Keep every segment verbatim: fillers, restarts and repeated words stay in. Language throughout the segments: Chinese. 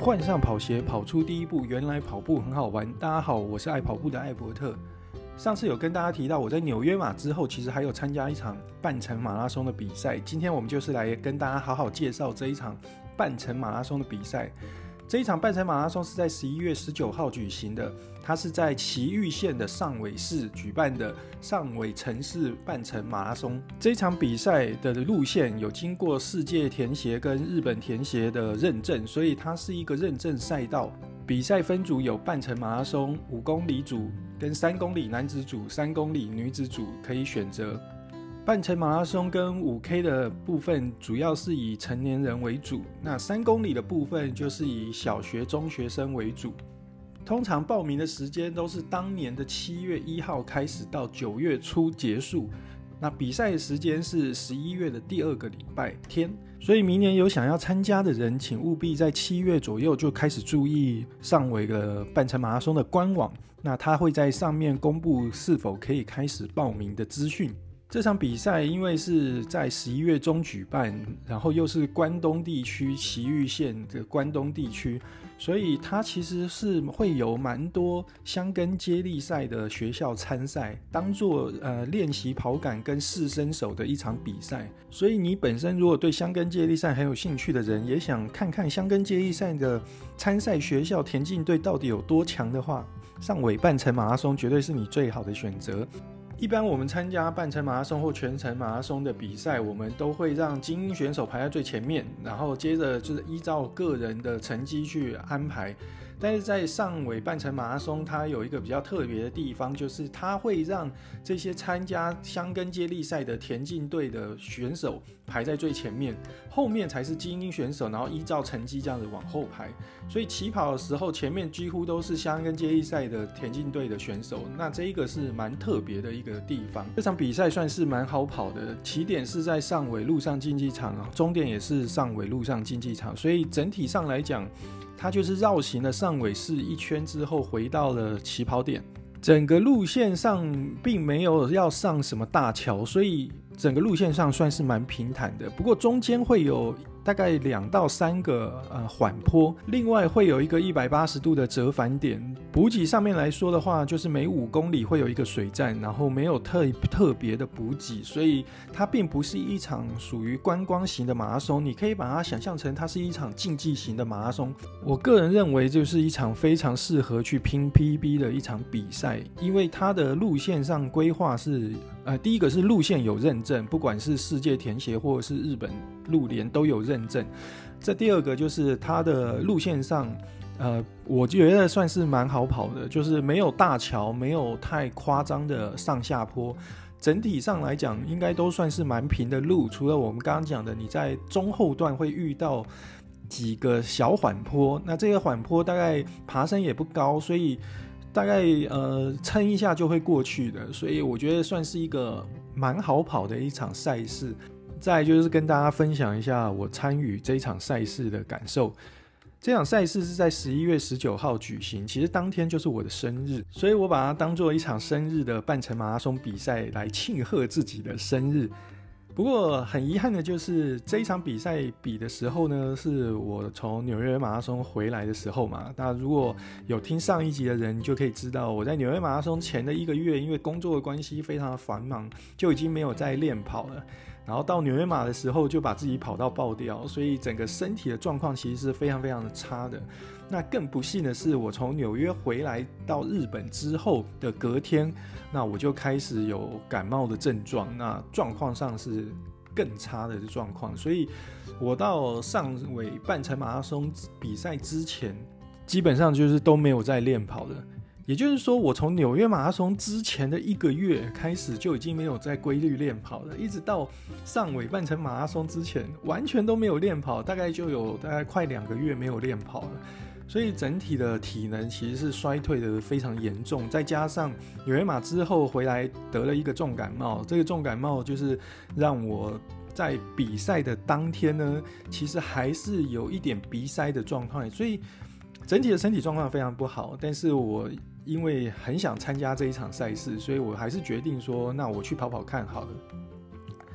换上跑鞋，跑出第一步，原来跑步很好玩。大家好，我是爱跑步的艾伯特。上次有跟大家提到，我在纽约马之后，其实还有参加一场半程马拉松的比赛。今天我们就是来跟大家好好介绍这一场半程马拉松的比赛。这一场半程马拉松是在十一月十九号举行的，它是在崎玉县的上尾市举办的上尾城市半程马拉松。这一场比赛的路线有经过世界田协跟日本田协的认证，所以它是一个认证赛道。比赛分组有半程马拉松、五公里组跟三公里男子组、三公里女子组可以选择。半程马拉松跟 五 K 的部分主要是以成年人为主，那三公里的部分就是以小学中学生为主。通常报名的时间都是当年的七月一号开始到九月初结束，那比赛的时间是十一月的第二个礼拜天，所以明年有想要参加的人，请务必在七月左右就开始注意上尾的半程马拉松的官网，那它会在上面公布是否可以开始报名的资讯。这场比赛因为是在十一月中举办，然后又是关东地区崎玉县的关东地区，所以它其实是会有蛮多箱根接力赛的学校参赛，当作呃练习跑感跟试身手的一场比赛。所以你本身如果对箱根接力赛很有兴趣的人，也想看看箱根接力赛的参赛学校田径队到底有多强的话，上尾半程马拉松绝对是你最好的选择。一般我们参加半程马拉松或全程马拉松的比赛，我们都会让精英选手排在最前面，然后接着就是依照个人的成绩去安排。但是在上尾半程马拉松，它有一个比较特别的地方，就是它会让这些参加箱根接力赛的田径队的选手排在最前面，后面才是精英选手，然后依照成绩这样子往后排。所以起跑的时候，前面几乎都是箱根接力赛的田径队的选手，那这一个是蛮特别的一个地方。这场比赛算是蛮好跑的，起点是在上尾陆上竞技场，终点也是上尾陆上竞技场，所以整体上来讲，它就是绕行了上尾市一圈之后回到了起跑点。整个路线上并没有要上什么大桥，所以整个路线上算是蛮平坦的，不过中间会有大概两到三个呃缓坡，另外会有一个一百八十度的折返点。补给上面来说的话，就是每五公里会有一个水站，然后没有特特别的补给，所以它并不是一场属于观光型的马拉松，你可以把它想象成它是一场竞技型的马拉松。我个人认为就是一场非常适合去拼 P B 的一场比赛，因为它的路线上规划是呃，第一个是路线有认证，不管是世界田协或者是日本路联都有认证。这第二个就是它的路线上呃，我觉得算是蛮好跑的，就是没有大桥，没有太夸张的上下坡，整体上来讲应该都算是蛮平的路，除了我们刚刚讲的你在中后段会遇到几个小缓坡，那这个缓坡大概爬升也不高，所以大概呃撑一下就会过去的，所以我觉得算是一个蛮好跑的一场赛事。再来就是跟大家分享一下我参与这一场赛事的感受。这场赛事是在十一月十九号举行，其实当天就是我的生日，所以我把它当作一场生日的半程马拉松比赛来庆贺自己的生日。不过很遗憾的就是这一场比赛比的时候呢，是我从纽约马拉松回来的时候嘛。那如果有听上一集的人就可以知道，我在纽约马拉松前的一个月，因为工作的关系非常的繁忙，就已经没有再练跑了。然后到纽约马的时候就把自己跑到爆掉，所以整个身体的状况其实是非常非常的差的。那更不幸的是，我从纽约回来到日本之后的隔天，那我就开始有感冒的症状，那状况上是更差的状况。所以我到上尾半程马拉松比赛之前，基本上就是都没有在练跑的。也就是说，我从纽约马拉松之前的一个月开始就已经没有在规律练跑了，一直到上尾半程马拉松之前完全都没有练跑，大概就有大概快两个月没有练跑了。所以整体的体能其实是衰退的非常严重，再加上纽约马之后回来得了一个重感冒，这个重感冒就是让我在比赛的当天呢，其实还是有一点鼻塞的状态，所以整体的身体状况非常不好。但是我因为很想参加这一场赛事，所以我还是决定说，那我去跑跑看好了。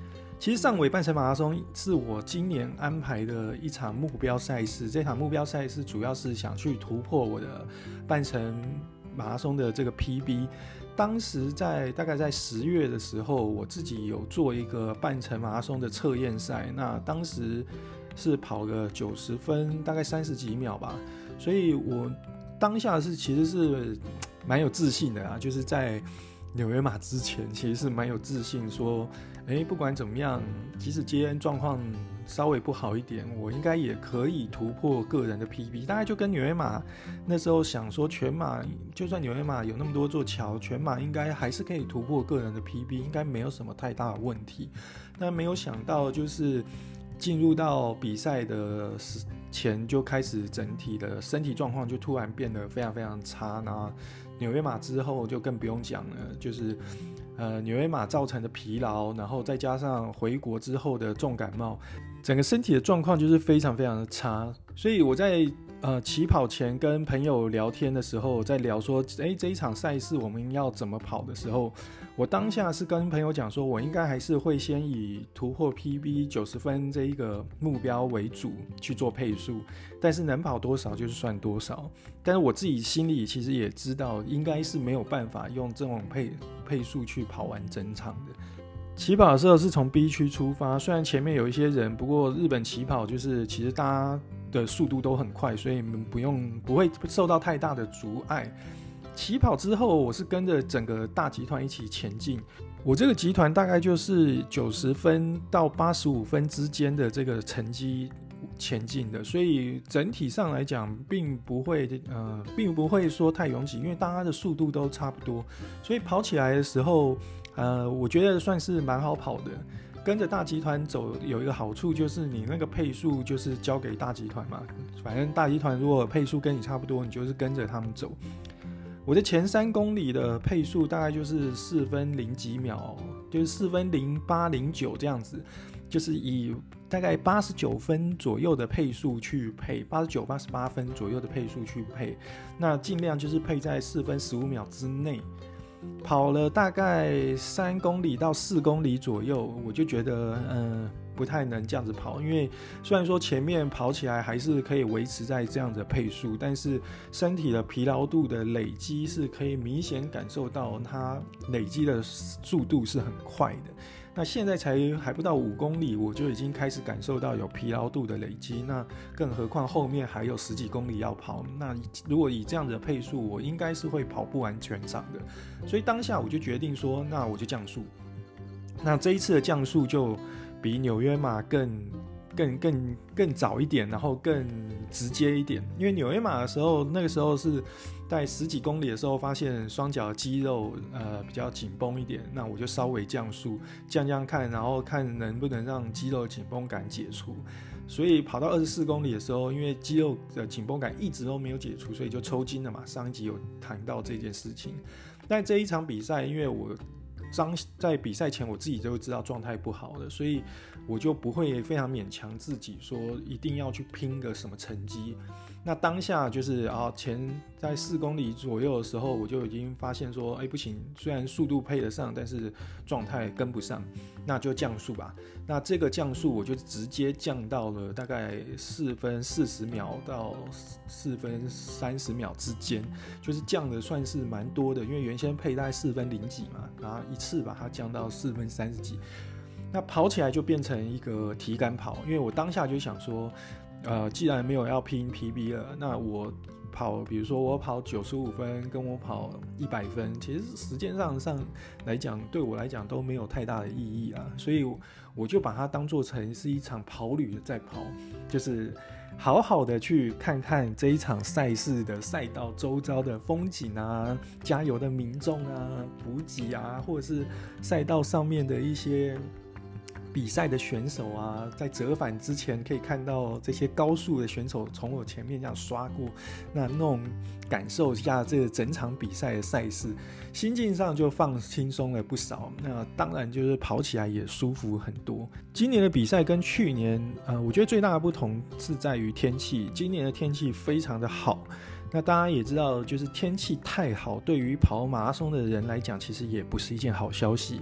其实上尾半程马拉松是我今年安排的一场目标赛事，这场目标赛事主要是想去突破我的半程马拉松的这个 P B。当时在大概在十月的时候，我自己有做一个半程马拉松的测验赛，那当时是跑个九十分，大概三十几秒吧，所以我当下是其实是蛮有自信的啊，就是在纽约马之前其实是蛮有自信说，哎，不管怎么样，即使今天状况稍微不好一点，我应该也可以突破个人的 P B。 大概就跟纽约马那时候想说，全马就算纽约马有那么多座桥，全马应该还是可以突破个人的 P B， 应该没有什么太大的问题。但没有想到就是进入到比赛的前就开始整体的身体状况就突然变得非常非常差，然后纽约马之后就更不用讲了，就是呃纽约马造成的疲劳，然后再加上回国之后的重感冒，整个身体的状况就是非常非常的差。所以我在呃起跑前跟朋友聊天的时候，在聊说，哎，这一场赛事我们要怎么跑的时候，我当下是跟朋友讲说，我应该还是会先以突破 P B 九十分这一个目标为主去做配速，但是能跑多少就是算多少。但是我自己心里其实也知道，应该是没有办法用这种配配速去跑完整场的。起跑的时候是从 B 区出发，虽然前面有一些人，不过日本起跑就是其实大家的速度都很快，所以你们不用不会受到太大的阻碍。起跑之后，我是跟着整个大集团一起前进。我这个集团大概就是九十分到八十五分之间的这个成绩前进的，所以整体上来讲，并不会呃，并不会说太拥挤，因为大家的速度都差不多，所以跑起来的时候，呃，我觉得算是蛮好跑的。跟着大集团走有一个好处，就是你那个配速就是交给大集团嘛，反正大集团如果配速跟你差不多，你就是跟着他们走。我的前三公里的配速大概就是四分零几秒，就是四分零八零九这样子，就是以大概八十九分左右的配速去配，八十九、八十八分左右的配速去配，那尽量就是配在四分十五秒之内。跑了大概三公里到四公里左右，我就觉得嗯不太能这样子跑，因为虽然说前面跑起来还是可以维持在这样的配速，但是身体的疲劳度的累积是可以明显感受到它累积的速度是很快的。那现在才还不到五公里，我就已经开始感受到有疲劳度的累积，那更何况后面还有十几公里要跑，那如果以这样的配速，我应该是会跑不完全场的。所以当下我就决定说，那我就降速。那这一次的降速就比纽约马更更更更早一点，然后更直接一点。因为纽约马的时候，那个时候是在十几公里的时候，发现双脚的肌肉呃比较紧绷一点，那我就稍微降速，降降看，然后看能不能让肌肉紧绷感解除。所以跑到二十四公里的时候，因为肌肉的紧绷感一直都没有解除，所以就抽筋了嘛。上一集有谈到这件事情。但这一场比赛，因为我在比赛前我自己就知道状态不好的，所以我就不会非常勉强自己说一定要去拼个什么成绩。那当下就是啊，前在四公里左右的时候，我就已经发现说，哎，不行，虽然速度配得上，但是状态跟不上，那就降速吧。那这个降速我就直接降到了大概四分四十秒到四分三十秒之间，就是降的算是蛮多的，因为原先配大概四分零几嘛，然后一次把它降到四分三十几。那跑起来就变成一个体感跑，因为我当下就想说，呃，既然没有要拼 P B 了，那我跑，比如说我跑九十五分，跟我跑一百分，其实时间上上来讲，对我来讲都没有太大的意义啊，所以我就把它当作成是一场跑旅的在跑，就是好好的去看看这一场赛事的赛道周遭的风景啊，加油的民众啊，补给啊，或者是赛道上面的一些比赛的选手啊，在折返之前可以看到这些高速的选手从我前面这样刷过，那那种感受一下这个整场比赛的赛事，心境上就放轻松了不少。那当然就是跑起来也舒服很多。今年的比赛跟去年，呃，我觉得最大的不同是在于天气。今年的天气非常的好。那大家也知道，就是天气太好，对于跑马拉松的人来讲，其实也不是一件好消息。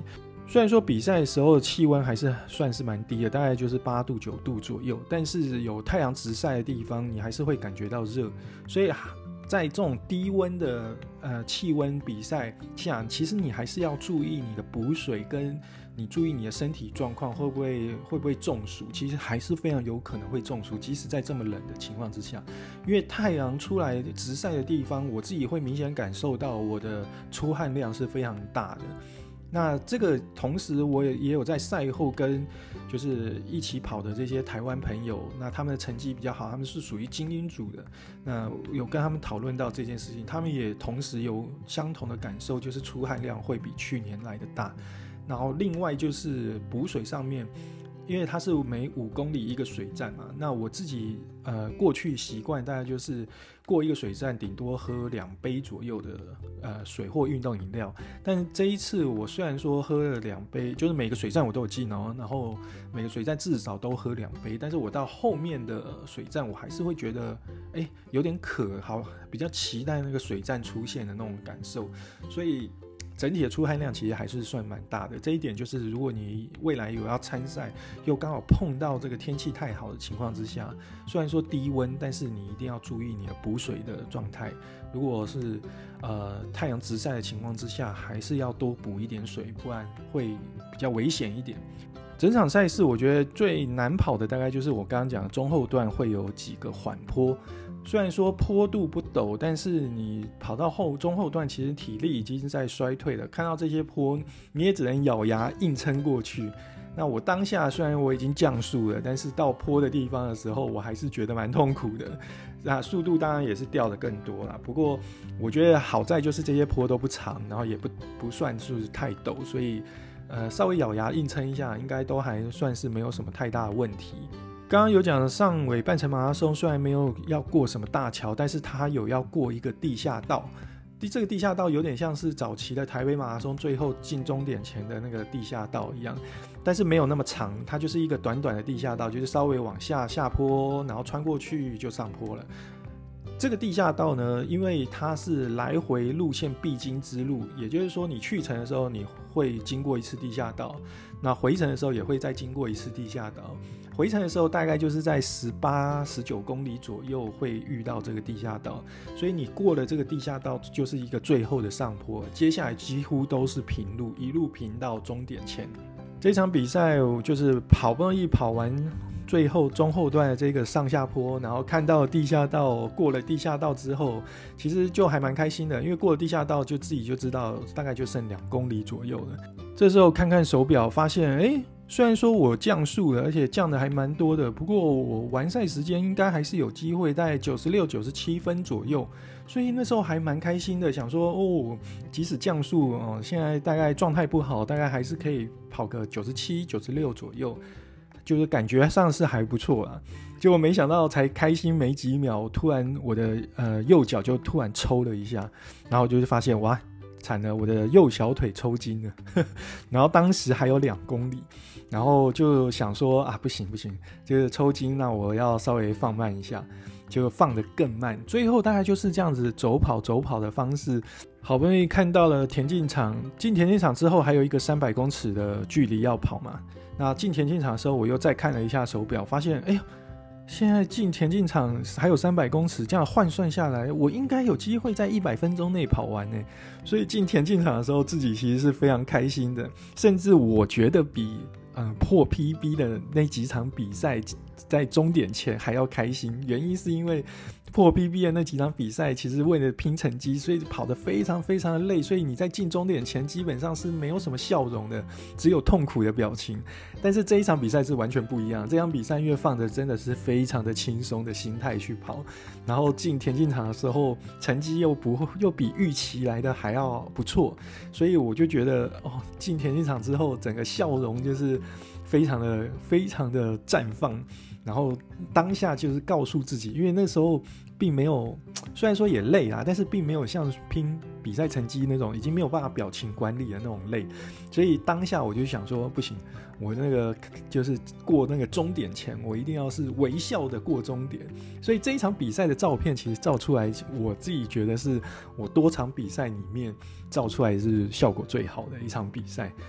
虽然说比赛的时候气温还是算是蛮低的，大概就是八度九度左右，但是有太阳直晒的地方，你还是会感觉到热。所以在这种低温的呃气温比赛下，其实你还是要注意你的补水，跟你注意你的身体状况会不会会不会中暑。其实还是非常有可能会中暑，即使在这么冷的情况之下，因为太阳出来直晒的地方，我自己会明显感受到我的出汗量是非常大的。那这个同时我也也有在赛后跟就是一起跑的这些台湾朋友，那他们的成绩比较好，他们是属于精英组的，那有跟他们讨论到这件事情，他们也同时有相同的感受，就是出汗量会比去年来的大。然后另外就是补水上面，因为它是每五公里一个水站嘛，那我自己呃过去习惯大概就是过一个水站顶多喝两杯左右的呃水或运动饮料，但这一次我虽然说喝了两杯，就是每个水站我都有记哦，然后每个水站至少都喝两杯，但是我到后面的水站我还是会觉得哎有点渴，好比较期待那个水站出现的那种感受，所以整体的出汗量其实还是算蛮大的。这一点就是如果你未来有要参赛，又刚好碰到这个天气太好的情况之下，虽然说低温，但是你一定要注意你的补水的状态。如果是呃太阳直晒的情况之下，还是要多补一点水，不然会比较危险一点。整场赛事我觉得最难跑的大概就是我刚刚讲的中后段会有几个缓坡，虽然说坡度不陡，但是你跑到后中后段其实体力已经在衰退了，看到这些坡你也只能咬牙硬撑过去。那我当下虽然我已经降速了，但是到坡的地方的时候我还是觉得蛮痛苦的，那速度当然也是掉的更多啦。不过我觉得好在就是这些坡都不长，然后也 不, 不算是太陡，所以呃稍微咬牙硬撑一下应该都还算是没有什么太大的问题。刚刚有讲上尾半程马拉松虽然没有要过什么大桥，但是它有要过一个地下道，这个地下道有点像是早期的台北马拉松最后进终点前的那个地下道一样，但是没有那么长，它就是一个短短的地下道，就是稍微往下下坡，然后穿过去就上坡了。这个地下道呢，因为它是来回路线必经之路，也就是说你去程的时候你会经过一次地下道，那回程的时候也会再经过一次地下道，回程的时候大概就是在十八、十九公里左右会遇到这个地下道，所以你过了这个地下道就是一个最后的上坡，接下来几乎都是平路，一路平到终点前。这场比赛我就是好不容易跑完最后中后段的这个上下坡，然后看到地下道，过了地下道之后其实就还蛮开心的，因为过了地下道就自己就知道大概就剩两公里左右了。这时候看看手表发现诶虽然说我降速了，而且降的还蛮多的，不过我完赛时间应该还是有机会在九十六、九十七分左右，所以那时候还蛮开心的，想说哦，即使降速哦，现在大概状态不好，大概还是可以跑个九十七、九十六左右，就是感觉上是还不错啦。结果没想到才开心没几秒，突然我的呃右脚就突然抽了一下，然后就是发现哇惨了，我的右小腿抽筋了然后当时还有两公里，然后就想说啊不行不行，就是抽筋，那我要稍微放慢一下，就放得更慢，最后大概就是这样子走跑走跑的方式，好不容易看到了田径场，进田径场之后还有一个三百公尺的距离要跑嘛，那进田径场的时候我又再看了一下手表，发现哎呦现在进田径场还有三百公尺，这样换算下来我应该有机会在一百分钟内跑完耶，所以进田径场的时候自己其实是非常开心的，甚至我觉得比、呃、破 P B 的那几场比赛在终点前还要开心，原因是因为破 P B 的那几场比赛其实为了拼成绩，所以跑得非常非常的累，所以你在进终点前基本上是没有什么笑容的，只有痛苦的表情。但是这一场比赛是完全不一样，这场比赛因为放的真的是非常的轻松的心态去跑，然后进田径场的时候成绩又不又比预期来的还要不错，所以我就觉得哦，进田径场之后整个笑容就是非常的非常的绽放，然后当下就是告诉自己，因为那时候并没有，虽然说也累啦，但是并没有像拼比赛成绩那种已经没有办法表情管理的那种累，所以当下我就想说不行，我那个就是过那个终点前我一定要是微笑的过终点，所以这一场比赛的照片其实照出来我自己觉得是我多场比赛里面照出来是效果最好的一场比赛。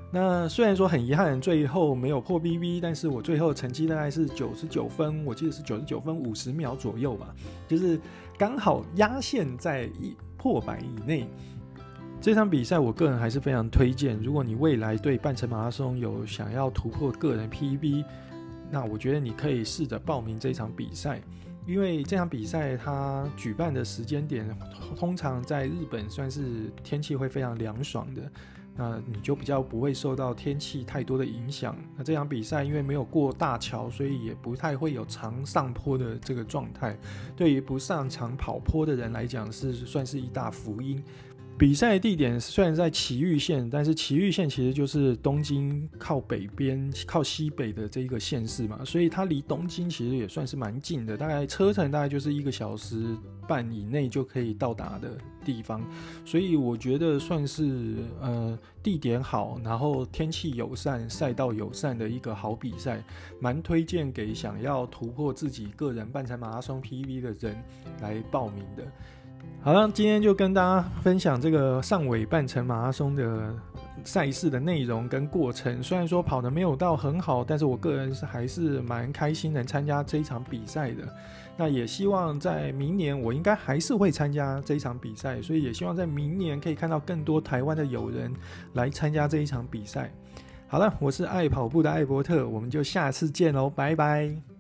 那虽然说很遗憾最后没有破 B B， 但是我最后成绩大概是九十九分，我记得是九十九分五十秒左右吧，就是刚好压线在一破百以内。这场比赛我个人还是非常推荐，如果你未来对半程马拉松有想要突破个人 P B， 那我觉得你可以试着报名这场比赛。因为这场比赛它举办的时间点通常在日本算是天气会非常凉爽的，那你就比较不会受到天气太多的影响。那这场比赛因为没有过大桥，所以也不太会有长上坡的这个状态，对于不擅长跑坡的人来讲是算是一大福音。比赛地点虽然在埼玉县，但是埼玉县其实就是东京靠北边、靠西北的这一个县市嘛，所以它离东京其实也算是蛮近的，大概车程大概就是一个小时半以内就可以到达的地方，所以我觉得算是呃地点好，然后天气友善、赛道友善的一个好比赛，蛮推荐给想要突破自己个人半程马拉松 P B 的人来报名的。好了，今天就跟大家分享这个上尾半程马拉松的赛事的内容跟过程。虽然说跑得没有到很好，但是我个人是还是蛮开心能参加这一场比赛的。那也希望在明年我应该还是会参加这一场比赛，所以也希望在明年可以看到更多台湾的友人来参加这一场比赛。好了，我是爱跑步的艾伯特，我们就下次见喽，拜拜。